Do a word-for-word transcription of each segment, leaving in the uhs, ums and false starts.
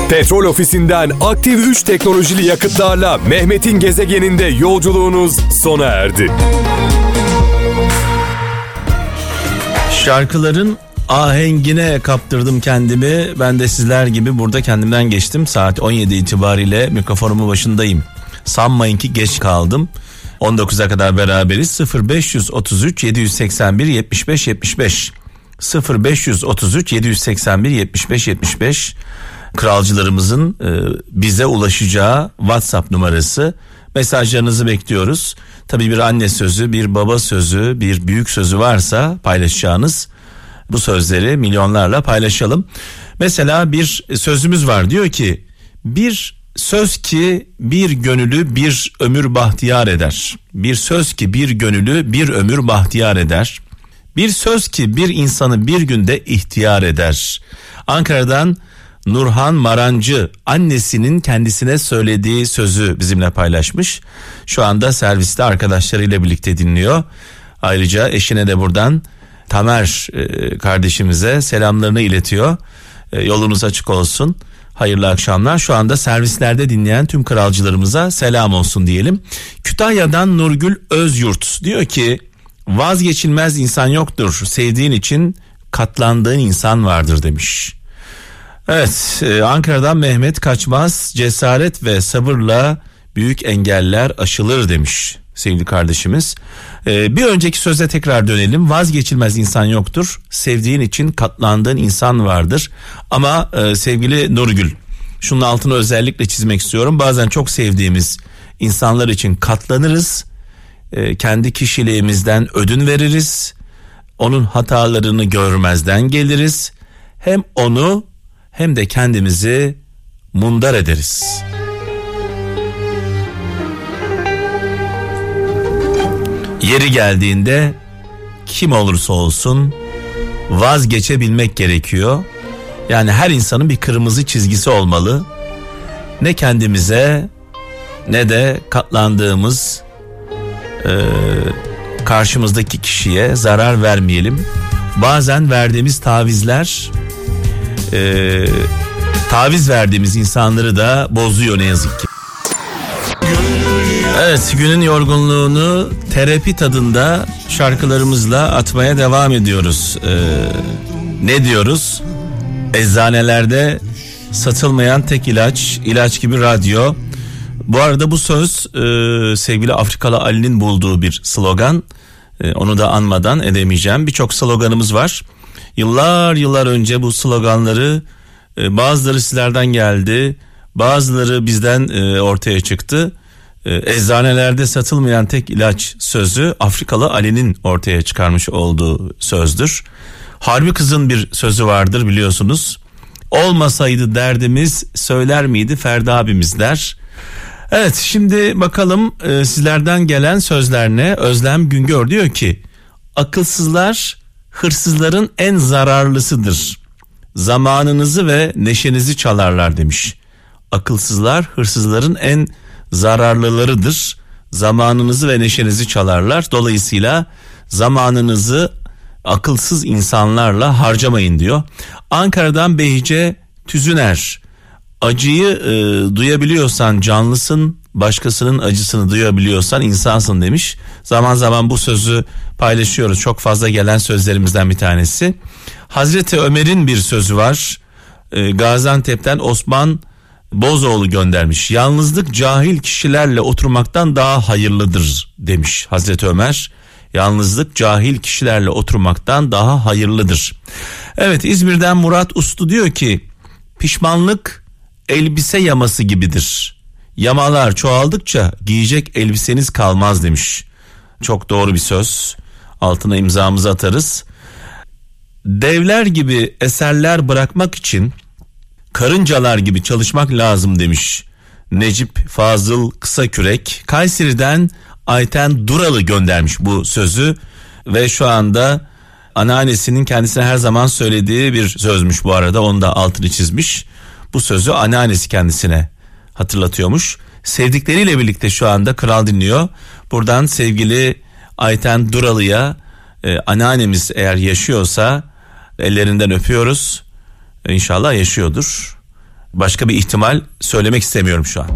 Petrol Ofisi'nden aktif üç teknolojili yakıtlarla Mehmet'in gezegeninde yolculuğunuz sona erdi. Şarkıların ahengine kaptırdım kendimi. Ben de sizler gibi burada kendimden geçtim. Saat on yedi itibariyle mikrofonumun başındayım. Sanmayın ki geç kaldım. on dokuza kadar beraberiz. sıfır beş otuz üç yedi seksen bir yetmiş beş yetmiş beş sıfır beş otuz üç yedi seksen bir yetmiş beş yetmiş beş kralcılarımızın e, bize ulaşacağı WhatsApp numarası. Mesajlarınızı bekliyoruz. Tabii bir anne sözü, bir baba sözü, bir büyük sözü varsa paylaşacağınız bu sözleri milyonlarla paylaşalım. Mesela bir sözümüz var, diyor ki bir söz ki bir gönülü bir ömür bahtiyar eder. Bir söz ki bir gönülü bir ömür bahtiyar eder. Bir söz ki bir insanı bir günde ihtiyar eder. Ankara'dan Nurhan Marancı annesinin kendisine söylediği sözü bizimle paylaşmış. Şu anda serviste arkadaşlarıyla birlikte dinliyor. Ayrıca eşine de buradan Tamer e, kardeşimize selamlarını iletiyor. E, yolunuz açık olsun. Hayırlı akşamlar. Şu anda servislerde dinleyen tüm kralcılarımıza selam olsun diyelim. Kütahya'dan Nurgül Özyurt diyor ki vazgeçilmez insan yoktur. Sevdiğin için katlandığın insan vardır demiş. Evet, e, Ankara'dan Mehmet Kaçmaz cesaret ve sabırla büyük engeller aşılır demiş sevgili kardeşimiz. E, bir önceki söze tekrar dönelim. Vazgeçilmez insan yoktur. Sevdiğin için katlandığın insan vardır. Ama e, sevgili Nurgül, şunun altını özellikle çizmek istiyorum. Bazen çok sevdiğimiz insanlar için katlanırız. E, kendi kişiliğimizden ödün veririz. Onun hatalarını görmezden geliriz. Hem onu hem de kendimizi mundar ederiz. Yeri geldiğinde kim olursa olsun vazgeçebilmek gerekiyor. Yani her insanın bir kırmızı çizgisi olmalı. Ne kendimize ne de katlandığımız e, karşımızdaki kişiye zarar vermeyelim. Bazen verdiğimiz tavizler e, taviz verdiğimiz insanları da bozuyor ne yazık ki. Evet, günün yorgunluğunu terapi tadında şarkılarımızla atmaya devam ediyoruz. Ee, ne diyoruz? Eczanelerde satılmayan tek ilaç, ilaç gibi radyo. Bu arada bu söz e, sevgili Afrikalı Ali'nin bulduğu bir slogan. E, onu da anmadan edemeyeceğim. Birçok sloganımız var. Yıllar yıllar önce bu sloganları e, bazıları sizlerden geldi, bazıları bizden e, ortaya çıktı. Eczanelerde satılmayan tek ilaç sözü Afrikalı Ali'nin ortaya çıkarmış olduğu sözdür. Harbi Kız'ın bir sözü vardır biliyorsunuz. Olmasaydı derdimiz söyler miydi Ferdi abimiz der. Evet, şimdi bakalım e, sizlerden gelen sözler ne? Özlem Güngör diyor ki akılsızlar hırsızların en zararlısıdır. Zamanınızı ve neşenizi çalarlar demiş. Akılsızlar hırsızların en zararlılarıdır. Zamanınızı ve neşenizi çalarlar. Dolayısıyla zamanınızı akılsız insanlarla harcamayın diyor. Ankara'dan Behice Tüzüner. Acıyı e, duyabiliyorsan canlısın, başkasının acısını duyabiliyorsan insansın demiş. Zaman zaman bu sözü paylaşıyoruz. Çok fazla gelen sözlerimizden bir tanesi. Hazreti Ömer'in bir sözü var. E, Gaziantep'ten Osman Bozoğlu göndermiş. Yalnızlık cahil kişilerle oturmaktan daha hayırlıdır demiş Hazreti Ömer. Yalnızlık cahil kişilerle oturmaktan daha hayırlıdır. Evet, İzmir'den Murat Uslu diyor ki pişmanlık elbise yaması gibidir. Yamalar çoğaldıkça giyecek elbiseniz kalmaz demiş. Çok doğru bir söz. Altına imzamızı atarız. Devler gibi eserler bırakmak için karıncalar gibi çalışmak lazım demiş Necip Fazıl Kısakürek. Kayseri'den Ayten Duralı göndermiş bu sözü ve şu anda anneannesinin kendisine her zaman söylediği bir sözmüş bu arada, onu da altını çizmiş. Bu sözü anneannesi kendisine hatırlatıyormuş. Sevdikleriyle birlikte şu anda Kral dinliyor. Buradan sevgili Ayten Duralı'ya e, anneannemiz eğer yaşıyorsa ellerinden öpüyoruz. İnşallah yaşıyordur. Başka bir ihtimal söylemek istemiyorum şu an.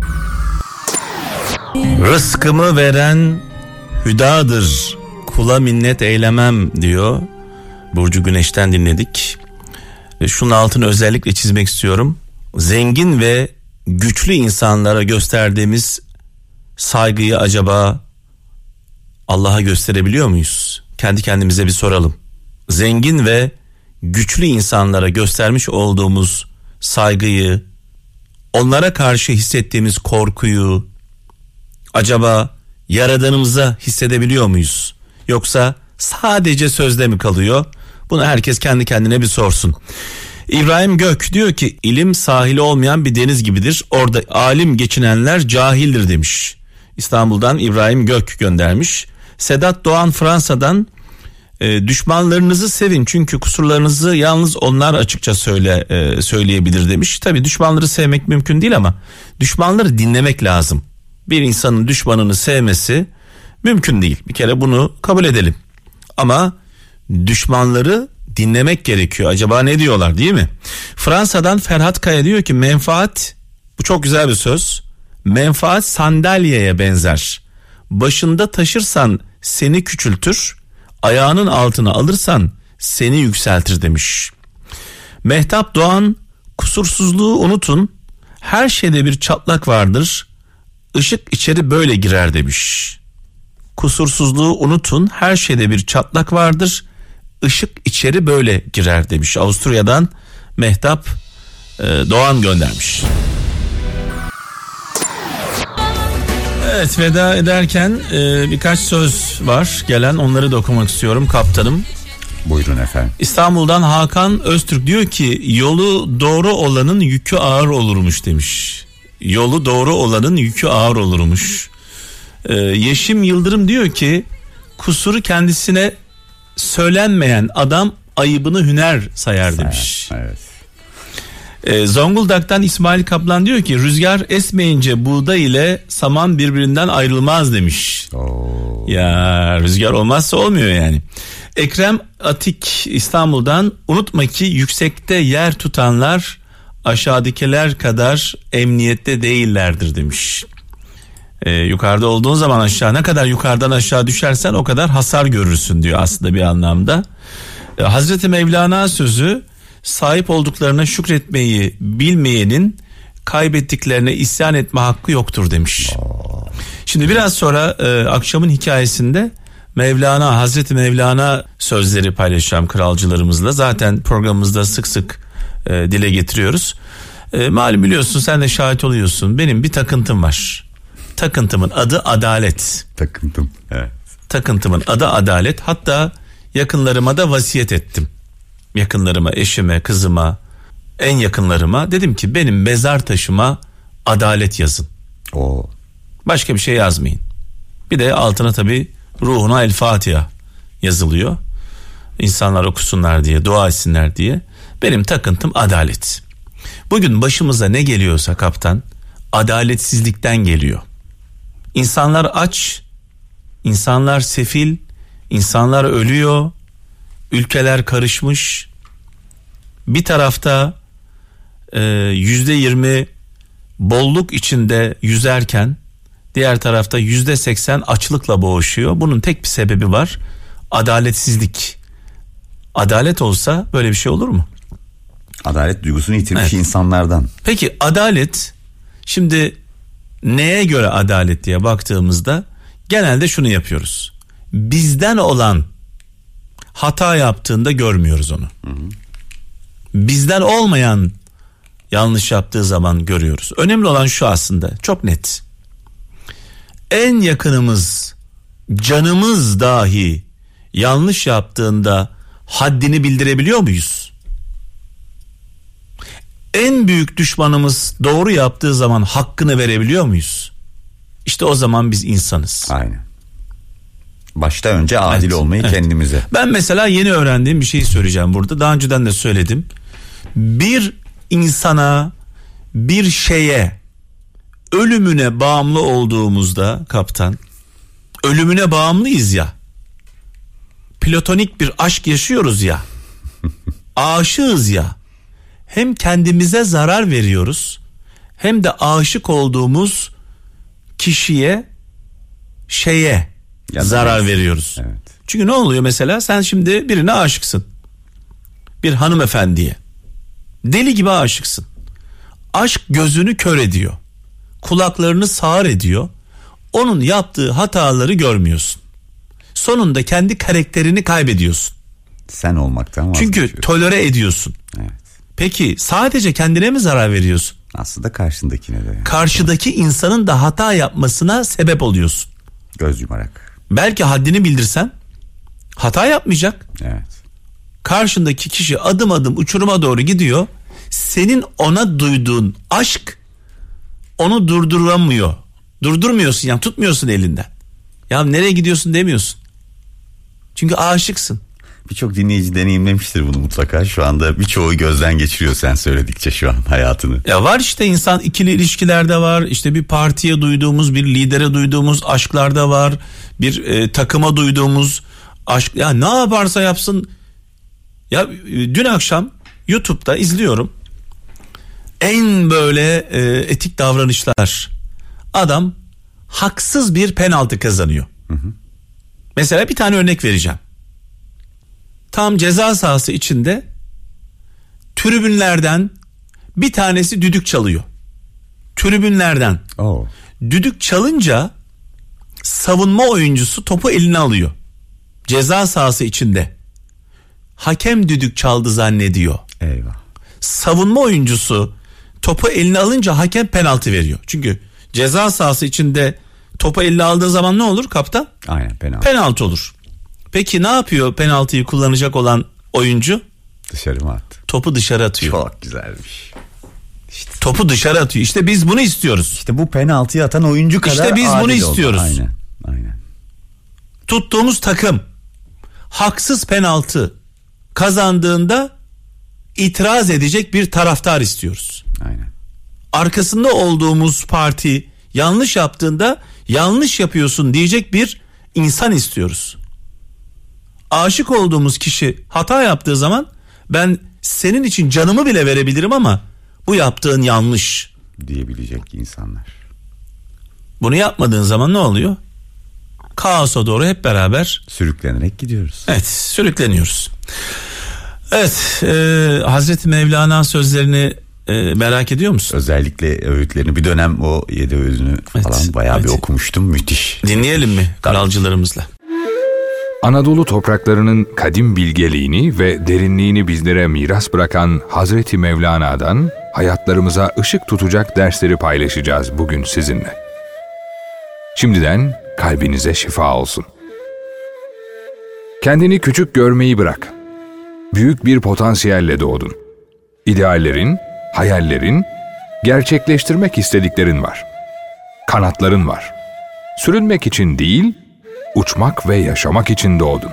Rızkımı veren hüdadır, kula minnet eylemem diyor. Burcu Güneş'ten dinledik. Şunun altını özellikle çizmek istiyorum. Zengin ve güçlü insanlara gösterdiğimiz saygıyı acaba Allah'a gösterebiliyor muyuz? Kendi kendimize bir soralım. Zengin ve güçlü insanlara göstermiş olduğumuz saygıyı, onlara karşı hissettiğimiz korkuyu acaba Yaradanımıza hissedebiliyor muyuz? Yoksa sadece sözde mi kalıyor? Bunu herkes kendi kendine bir sorsun. İbrahim Gök diyor ki ilim sahili olmayan bir deniz gibidir. Orada alim geçinenler cahildir demiş. İstanbul'dan İbrahim Gök göndermiş. Sedat Doğan Fransa'dan e, düşmanlarınızı sevin çünkü kusurlarınızı yalnız onlar açıkça söyle e, söyleyebilir demiş. Tabii düşmanları sevmek mümkün değil ama düşmanları dinlemek lazım. Bir insanın düşmanını sevmesi mümkün değil. Bir kere bunu kabul edelim. Ama düşmanları dinlemek gerekiyor. Acaba ne diyorlar, değil mi? Fransa'dan Ferhat Kaya diyor ki menfaat, bu çok güzel bir söz. Menfaat sandalyeye benzer. Başında taşırsan seni küçültür, ayağının altına alırsan seni yükseltir demiş. Mehtap Doğan kusursuzluğu unutun. Her şeyde bir çatlak vardır. Işık içeri böyle girer demiş. Kusursuzluğu unutun. Her şeyde bir çatlak vardır. Işık içeri böyle girer demiş. Avusturya'dan Mehtap e, Doğan göndermiş. Evet, veda ederken e, birkaç söz var gelen, onları da okumak istiyorum kaptanım. Buyurun efendim. İstanbul'dan Hakan Öztürk diyor ki yolu doğru olanın yükü ağır olurmuş demiş. Yolu doğru olanın yükü ağır olurmuş. Ee, Yeşim Yıldırım diyor ki kusuru kendisine söylenmeyen adam ayıbını hüner sayar demiş. Evet. Ee, Zonguldak'tan İsmail Kaplan diyor ki rüzgar esmeyince buğday ile saman birbirinden ayrılmaz demiş. Oo. Ya rüzgar olmazsa olmuyor yani. Ekrem Atik İstanbul'dan unutma ki yüksekte yer tutanlar aşağıdakiler kadar emniyette değillerdir demiş. Ee, yukarıda olduğun zaman aşağı, ne kadar yukarıdan aşağı düşersen o kadar hasar görürsün diyor aslında bir anlamda. Ee, Hazreti Mevlana sözü sahip olduklarına şükretmeyi bilmeyenin kaybettiklerine isyan etme hakkı yoktur demiş. Şimdi biraz sonra e, akşamın hikayesinde Mevlana, Hazreti Mevlana sözleri paylaşacağım kralcılarımızla. Zaten programımızda sık sık e, dile getiriyoruz. E, malum biliyorsun, sen de şahit oluyorsun. Benim bir takıntım var. Takıntımın adı adalet. Takıntım. Evet. Takıntımın adı adalet. Hatta yakınlarıma da vasiyet ettim. Yakınlarıma, eşime, kızıma, en yakınlarıma dedim ki benim mezar taşıma adalet yazın. Oo. Başka bir şey yazmayın. Bir de altına tabii ruhuna El Fatiha yazılıyor. İnsanlar okusunlar diye, dua etsinler diye. Benim takıntım adalet. Bugün başımıza ne geliyorsa kaptan, adaletsizlikten geliyor. İnsanlar aç, insanlar sefil, insanlar ölüyor, ülkeler karışmış. Bir tarafta e, yüzde yirmi bolluk içinde yüzerken diğer tarafta yüzde seksen açlıkla boğuşuyor. Bunun tek bir sebebi var: adaletsizlik. Adalet olsa böyle bir şey olur mu? Adalet duygusunu yitirmiş Evet. insanlardan. Peki adalet, şimdi neye göre adalet diye baktığımızda genelde şunu yapıyoruz. Bizden olan hata yaptığında görmüyoruz onu. Hı hı. Bizden olmayan yanlış yaptığı zaman görüyoruz. Önemli olan şu aslında, çok net. En yakınımız, canımız dahi yanlış yaptığında haddini bildirebiliyor muyuz? En büyük düşmanımız doğru yaptığı zaman hakkını verebiliyor muyuz? İşte o zaman biz insanız. Aynen. Başta önce adil Evet, olmayı evet. kendimize. Ben mesela yeni öğrendiğim bir şeyi söyleyeceğim burada. Daha önceden de söyledim. Bir insana, bir şeye ölümüne bağımlı olduğumuzda kaptan, ölümüne bağımlıyız ya. Platonik bir aşk yaşıyoruz ya. Aşığız ya. hem kendimize zarar veriyoruz hem de aşık olduğumuz kişiye, şeye ya zarar neyse. veriyoruz. Evet. Çünkü ne oluyor mesela, sen şimdi birine aşıksın. Bir hanımefendiye. Deli gibi aşıksın. Aşk gözünü kör ediyor. Kulaklarını sağır ediyor. Onun yaptığı hataları görmüyorsun. Sonunda kendi karakterini kaybediyorsun. Sen olmaktan vazgeçiyorsun. Çünkü tolere ediyorsun. Evet. Peki sadece kendine mi zarar veriyorsun? Aslında karşındakine de. Yani. Karşıdaki insanın da hata yapmasına sebep oluyorsun. Göz yumarak. Belki haddini bildirsen hata yapmayacak. Evet. Karşındaki kişi adım adım uçuruma doğru gidiyor. Senin ona duyduğun aşk onu durduramıyor. Durdurmuyorsun, yani tutmuyorsun elinden. Ya nereye gidiyorsun demiyorsun. Çünkü aşıksın. Birçok dinleyici deneyimlemiştir bunu mutlaka. Şu anda birçoğu gözden geçiriyor sen söyledikçe şu an hayatını. Ya var işte, insan ikili ilişkilerde var. İşte bir partiye duyduğumuz, bir lidere duyduğumuz aşklarda var. Bir e, takıma duyduğumuz aşk. Ya ne yaparsa yapsın. Ya dün akşam YouTube'da izliyorum. En böyle e, etik davranışlar. Adam haksız bir penaltı kazanıyor. Hı hı. Mesela bir tane örnek vereceğim. Tam ceza sahası içinde tribünlerden bir tanesi düdük çalıyor. Tribünlerden. Oh. Düdük çalınca savunma oyuncusu topu eline alıyor. Ceza sahası içinde. Hakem düdük çaldı zannediyor. Eyvah. Savunma oyuncusu topu eline alınca hakem penaltı veriyor. Çünkü ceza sahası içinde topu eline aldığı zaman ne olur kaptan? Aynen, penaltı. Penaltı olur. Peki ne yapıyor penaltıyı kullanacak olan oyuncu? Dışarı mı attı? Topu dışarı atıyor. Çok güzelmiş. İşte. Topu dışarı atıyor. İşte biz bunu istiyoruz. İşte bu penaltıyı atan oyuncu kadar İşte biz bunu istiyoruz. Oldu. Aynen, aynen. Tuttuğumuz takım haksız penaltı kazandığında itiraz edecek bir taraftar istiyoruz. Aynen. Arkasında olduğumuz parti yanlış yaptığında yanlış yapıyorsun diyecek bir insan istiyoruz. Aşık olduğumuz kişi hata yaptığı zaman ben senin için canımı bile verebilirim ama bu yaptığın yanlış diyebilecek insanlar. Bunu yapmadığın zaman ne oluyor? Kaosa doğru hep beraber sürüklenerek gidiyoruz. Evet, sürükleniyoruz. Evet, e, Hazreti Mevlana sözlerini e, merak ediyor musun? Özellikle öğütlerini, bir dönem o yedi öğüdünü falan evet, bayağı evet. bir okumuştum, müthiş. Dinleyelim mi kralcılarımızla? Anadolu topraklarının kadim bilgeliğini ve derinliğini bizlere miras bırakan Hazreti Mevlana'dan hayatlarımıza ışık tutacak dersleri paylaşacağız bugün sizinle. Şimdiden kalbinize şifa olsun. Kendini küçük görmeyi bırak. Büyük bir potansiyelle doğdun. İdeallerin, hayallerin, gerçekleştirmek istediklerin var. Kanatların var. Sürünmek için değil, uçmak ve yaşamak için doğdun.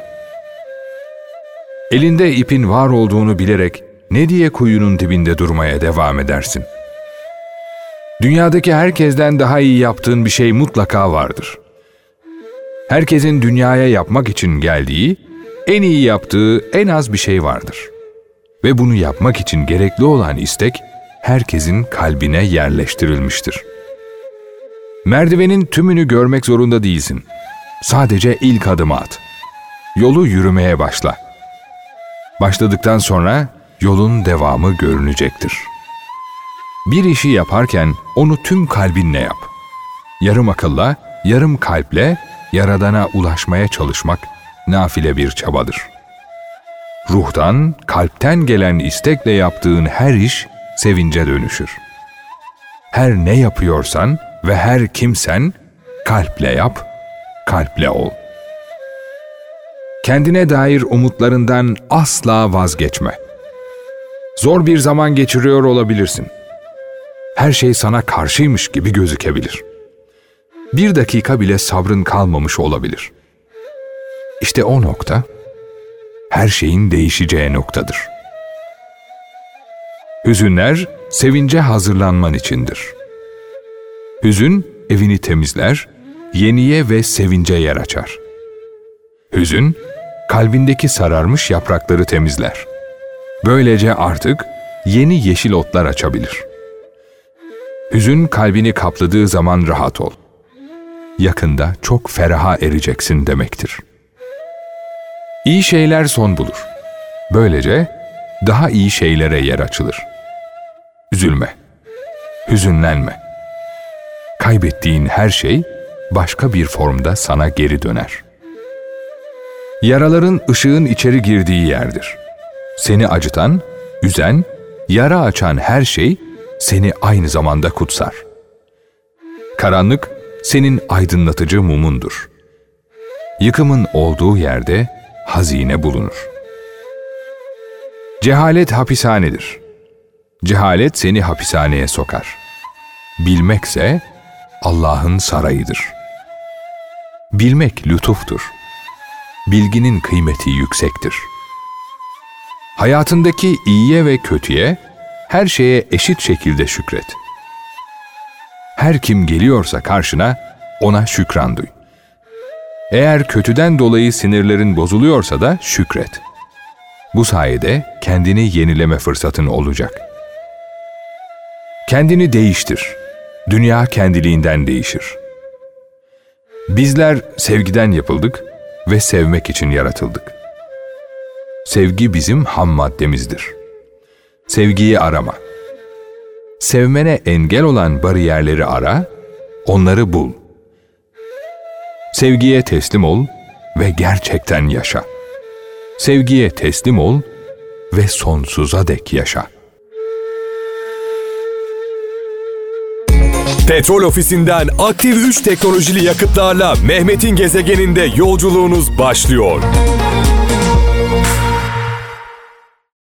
Elinde ipin var olduğunu bilerek ne diye kuyunun dibinde durmaya devam edersin? Dünyadaki herkesten daha iyi yaptığın bir şey mutlaka vardır. Herkesin dünyaya yapmak için geldiği, en iyi yaptığı en az bir şey vardır. Ve bunu yapmak için gerekli olan istek, herkesin kalbine yerleştirilmiştir. Merdivenin tümünü görmek zorunda değilsin. Sadece ilk adımı at. Yolu yürümeye başla. Başladıktan sonra yolun devamı görünecektir. Bir işi yaparken onu tüm kalbinle yap. Yarım akılla, yarım kalple Yaradan'a ulaşmaya çalışmak nafile bir çabadır. Ruhtan, kalpten gelen istekle yaptığın her iş sevince dönüşür. Her ne yapıyorsan ve her kimsen kalple yap, kalple ol. Kendine dair umutlarından asla vazgeçme. Zor bir zaman geçiriyor olabilirsin. Her şey sana karşıymış gibi gözükebilir. Bir dakika bile sabrın kalmamış olabilir. İşte o nokta, her şeyin değişeceği noktadır. Hüzünler, sevince hazırlanman içindir. Hüzün, evini temizler, yeniye ve sevince yer açar. Hüzün, kalbindeki sararmış yaprakları temizler. Böylece artık yeni yeşil otlar açabilir. Hüzün kalbini kapladığı zaman rahat ol. Yakında çok feraha ereceksin demektir. İyi şeyler son bulur. Böylece daha iyi şeylere yer açılır. Üzülme, hüzünlenme. Kaybettiğin her şey başka bir formda sana geri döner. Yaraların ışığın içeri girdiği yerdir. Seni acıtan, üzen, yara açan her şey seni aynı zamanda kutsar. Karanlık senin aydınlatıcı mumundur. Yıkımın olduğu yerde hazine bulunur. Cehalet hapishanedir. Cehalet seni hapishaneye sokar. Bilmekse Allah'ın sarayıdır. Bilmek lütuftur. Bilginin kıymeti yüksektir. Hayatındaki iyiye ve kötüye, her şeye eşit şekilde şükret. Her kim geliyorsa karşına ona şükran duy. Eğer kötüden dolayı sinirlerin bozuluyorsa da şükret. Bu sayede kendini yenileme fırsatın olacak. Kendini değiştir. Dünya kendiliğinden değişir. Bizler sevgiden yapıldık ve sevmek için yaratıldık. Sevgi bizim ham maddemizdir. Sevgiyi arama. Sevmene engel olan bariyerleri ara, onları bul. Sevgiye teslim ol ve gerçekten yaşa. Sevgiye teslim ol ve sonsuza dek yaşa. Petrol Ofisi'nden Aktif üç teknolojili yakıtlarla Mehmet'in gezegeninde yolculuğunuz başlıyor.